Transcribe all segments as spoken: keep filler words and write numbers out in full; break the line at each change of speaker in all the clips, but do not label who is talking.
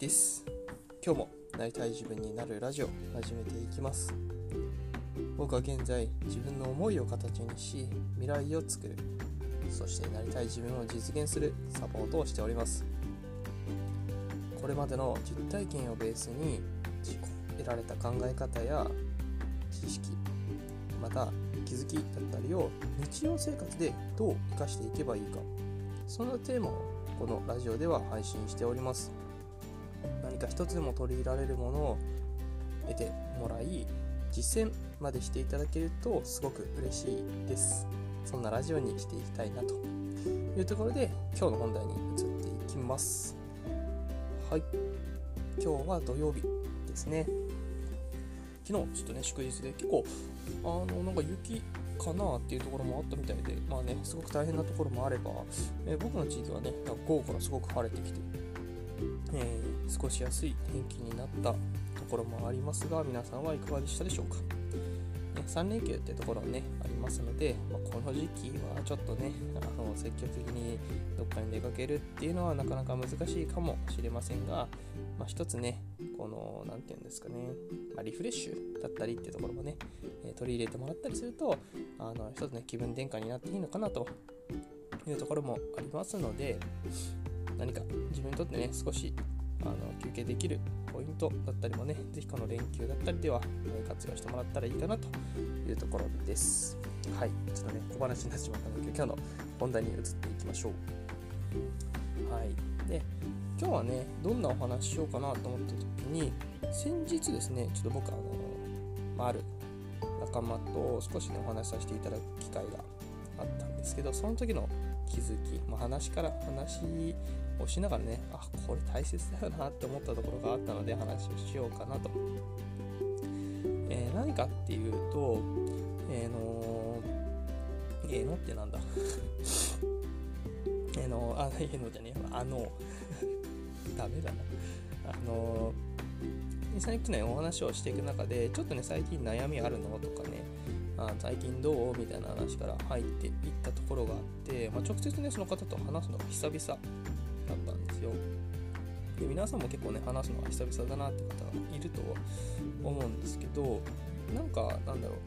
です。今日もなりたい自分になるラジオ始めていきます。僕は現在自分の思いを形にし未来を作る、そしてなりたい自分を実現するサポートをしております。これまでの実体験をベースに自己得られた考え方や知識、また気づきだったりを日常生活でどう生かしていけばいいか、そんなテーマをこのラジオでは配信しております。何か一つでも取り入れられるものを得てもらい、実践までしていただけるとすごく嬉しいです。そんなラジオにしていきたいなというところで、今日の本題に移っていきます。はい、今日は土曜日ですね。昨日ちょっとね祝日で結構あのなんか雪かなっていうところもあったみたいで、まあねすごく大変なところもあれば、えー、僕の地域はね午後からすごく晴れてきて、えー、過ごしやすい天気になったところもありますが、皆さんはいかがでしたでしょうか。ね、さん連休ってところねありますので、まあ、この時期はちょっとねあの積極的にどっかに出かけるっていうのはなかなか難しいかもしれませんが、まあ、一つねこのなんていうんですかね、まあ、リフレッシュだったりっていうところもね、えー、取り入れてもらったりすると、あの一つね気分転換になっていいのかなというところもありますので、何か自分にとってね少しあの休憩できるポイントだったりもね、ぜひこの連休だったりでは活用してもらったらいいかなというところです。はい、ちょっとね小話になってしまったので今日の本題に移っていきましょう。はい、で今日はねどんなお話ししようかなと思った時に、先日ですねちょっと僕あの、まあ、ある仲間と少しねお話しさせていただく機会があったんですけど、その時の気づき、まあ、話から話をしながらね、あこれ大切だよなって思ったところがあったので話をしようかなと、えー、何かっていうとえーのー、えーのってなんだえーのあえーのじゃねえあのダメだなあのー、最近ねお話をしていく中でちょっとね最近悩みあるのとかね、あ最近どうみたいな話から入っていったところがあって、まあ、直接ねその方と話すのが久々だったんですよ。で皆さんも結構ね話すのが久々だなって方がいると思うんですけど、なんかなんだろう、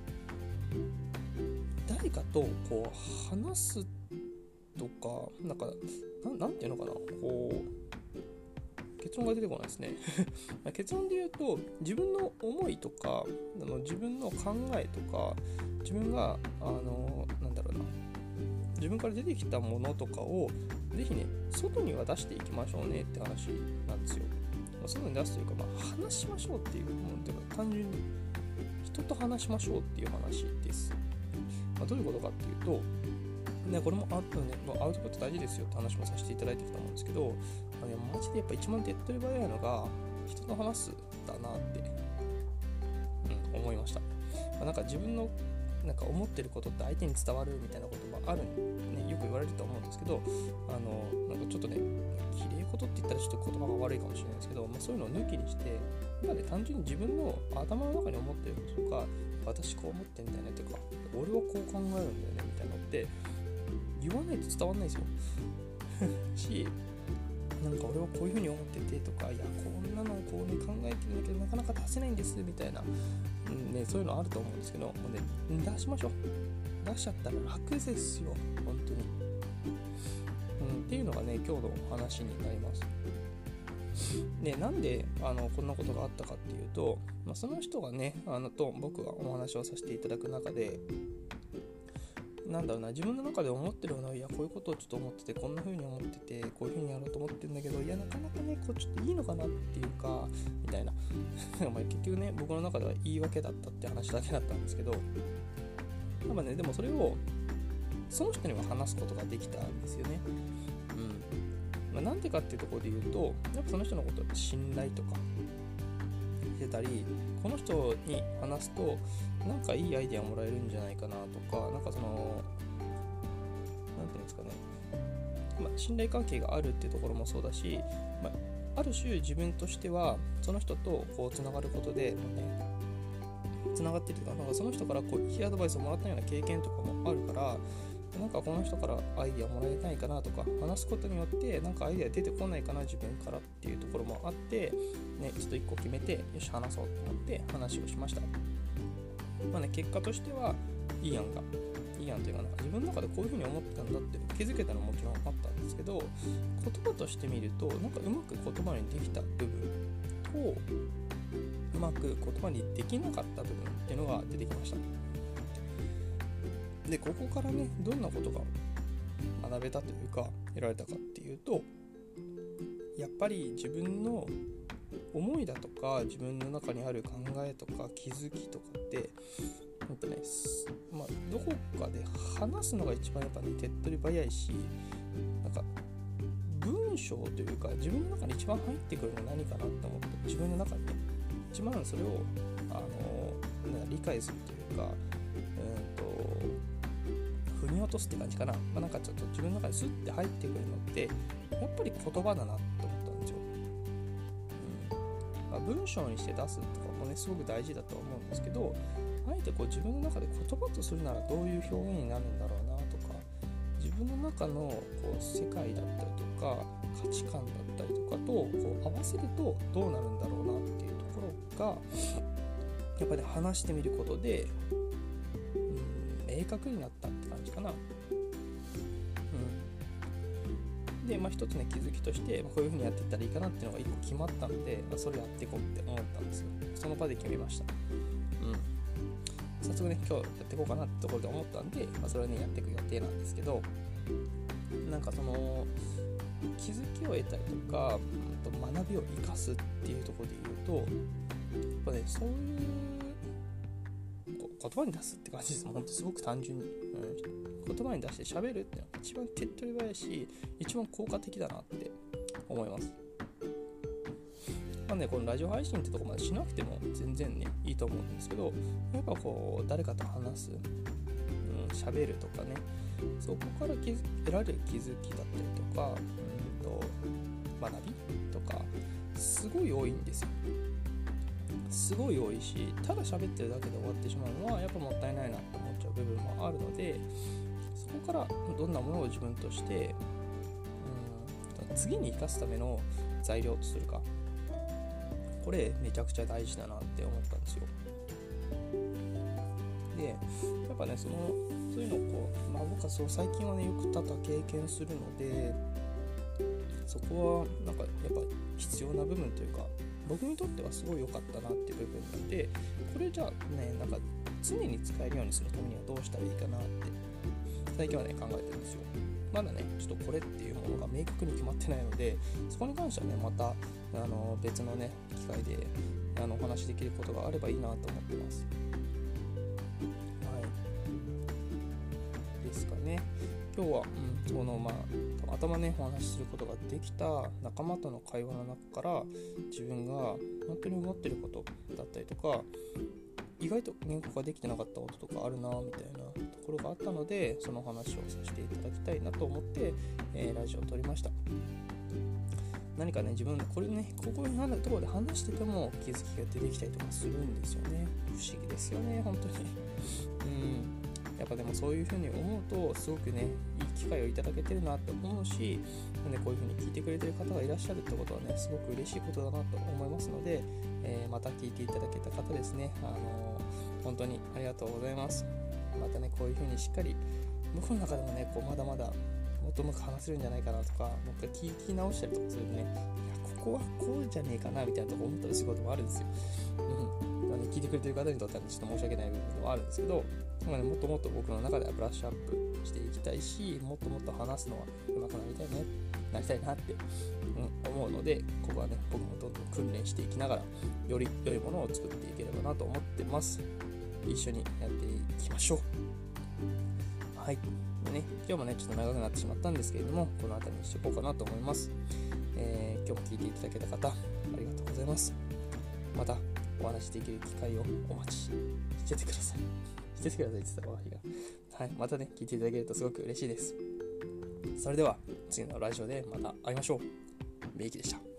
誰かとこう話すとかなんか な, なんていうのかなこう結論が出てこないですね結論で言うと、自分の思いとかあの自分の考えとか自分があのなんだろうな自分から出てきたものとかをぜひね外には出していきましょうねって話なんですよ。外に出すというか、まあ、話しましょうっていうものというか、単純に人と話しましょうっていう話です。まあ、どういうことかっていうと、ね、これもアウト、ね、アウトプット大事ですよって話もさせていただいてると思うんですけど、あのマジでやっぱ一番手っ取り早いのが人と話すだなって、うん、思いました。まあ、なんか自分のなんか思ってることって相手に伝わるみたいなこともあるね、よく言われると思うんですけど、あのなんかちょっとね綺麗事って言ったらちょっと言葉が悪いかもしれないですけど、まあ、そういうのを抜きにして今ね単純に自分の頭の中に思ってることとか、私こう思ってんだよねとか、俺はこう考えるんだよねみたいなのって言わないと伝わんないですよし、なんか俺はこういう風に思っててとか、いやこんなのこうね考えてるんだけどなかなか出せないんですみたいな、うんね、そういうのあると思うんですけど、もうね出しましょう。出しちゃったら楽ですよ本当に、うん、っていうのがね今日の話になります。でなんであのこんなことがあったかっていうと、まあ、その人がねあのと僕がお話をさせていただく中で、なんだろうな、自分の中で思ってるような、いやこういうことをちょっと思っててこんな風に思っててこういう風にやろうと思ってるんだけど、いやなかなかねこうちょっといいのかなっていうかみたいなまあ結局ね僕の中では言い訳だったって話だけだったんですけど、やっぱねでもそれをその人には話すことができたんですよね。うん、まあ、なんでかっていうところで言うと、やっぱその人のことを信頼とかしてたり、この人に話すとなんかいいアイデアもらえるんじゃないかなとか、なんかそのなんていうんですかね、まあ、信頼関係があるっていうところもそうだし、まあ、ある種自分としてはその人とこうつながることで、ね、つながってるというか、なんかその人からこういいアドバイスをもらったような経験とかもあるから、 なんかこの人からアイデアもらえないかなとか、話すことによってなんかアイデア出てこないかな自分からっていうところもあって、ね、ちょっといっこ決めてよし話そうと思って話をしました。まあね、結果としてはいい案がいい案というか、なんか自分の中でこういうふうに思ってたんだって気づけたのはもちろんあったんですけど、言葉として見るとなんかうまく言葉にできた部分とうまく言葉にできなかった部分っていうのが出てきました。で、ここからね、どんなことが学べたというか得られたかっていうと、やっぱり自分の思いだとか自分の中にある考えとか気づきとかって本当ね、まあ、どこかで話すのが一番やっぱね手っ取り早いし、なんか文章というか自分の中に一番入ってくるのは何かなって思って、自分の中にね一番それをあのなんか理解するというか、うんと腑に落とすって感じかな、まあ、なんかちょっと自分の中にスッて入ってくるのってやっぱり言葉だなって思ったんですよ。うんまあ、文章にして出すとかもねすごく大事だとは思うんですけど、あえてこう自分の中で言葉とするならどういう表現になるんだろうなとか、自分の中のこう世界だったりとか価値観だったりとかとこう合わせるとどうなるんだろうなっていうところがやっぱり話してみることで、うん、明確になったって感じかな。うん、で、まあ一つね気づきとして、まあ、こういう風にやっていったらいいかなっていうのが一個決まったので、まあ、それやっていこうって思ったんですよ。その場で決めました。うん早速ね今日やっていこうかなってところで思ったんで、まあ、それはねやっていく予定なんですけど、なんかその気づきを得たりとか、うん、と学びを生かすっていうところで言うと、やっぱねそういう言葉に出すって感じです。本当すごく単純に、うん、言葉に出して喋るっていうのが一番手っ取り早いし一番効果的だなって思います。まあね、このラジオ配信ってとこまでしなくても全然ねいいと思うんですけど、やっぱこう誰かと話す、うん、喋るとかね、そこから気づ得られる気づきだったりとか、うんと学びとかすごい多いんですよ。すごい多いし、ただ喋ってるだけで終わってしまうのはやっぱもったいないなって思っちゃう部分もあるので、そこからどんなものを自分として、うん、次に生かすための材料とするか、これめちゃくちゃ大事だなって思ったんですよ。で、やっぱねそのそういうのをこう、まあ、僕はそう最近はねよく多々経験するので、そこはなんかやっぱ必要な部分というか、僕にとってはすごい良かったなっていう部分なので、これじゃあねなんか常に使えるようにするためにはどうしたらいいかなって最近はね考えてるんですよ。まだねちょっとこれっていうものが明確に決まってないので、そこに関してはねまたあの別のね機会であのお話しできることがあればいいなと思ってます。はいですかね。今日は、うん、そのまあたまたまねお話しすることができた仲間との会話の中から自分が本当に思ってることだったりとか、意外と言語化できてなかったこととかあるなみたいなところがあったので、その話をさせていただきたいなと思って、えー、ラジオを撮りました。何かね自分でこれねここにあるところで話してても気づきが出てきたりとかするんですよね。不思議ですよね本当に。うんやっぱでもそういう風に思うとすごくねいい機会をいただけてるなって思うし、でこういう風に聞いてくれてる方がいらっしゃるってことはねすごく嬉しいことだなと思いますので、えー、また聞いていただけた方ですね、あのー、本当にありがとうございます。またねこういう風にしっかり僕の中でもねこうまだまだもっとうまく話せるんじゃないかなとか、もう一回聞き直したりとかするとね、いやここはこうじゃねえかなみたいなとこ思ったりすることもあるんですよ。うん聞いてくれてる方にとってはちょっと申し訳ない部分はあるんですけど、まあね、もっともっと僕の中ではブラッシュアップしていきたいし、もっともっと話すのは上手くなりたいねなりたいなって、うん、思うので、ここはね僕もどんどん訓練していきながらより良いものを作っていければなと思ってます。一緒にやっていきましょう。はい、ね、今日もねちょっと長くなってしまったんですけれども、この辺りにしていこうかなと思います。えー、今日も聞いていただけた方ありがとうございます。またお話しできる機会をお待ちしててください。しててくださいって言ったら終わりが。はい、またね、聞いていただけるとすごく嬉しいです。それでは、次のラジオでまた会いましょう。メイキでした。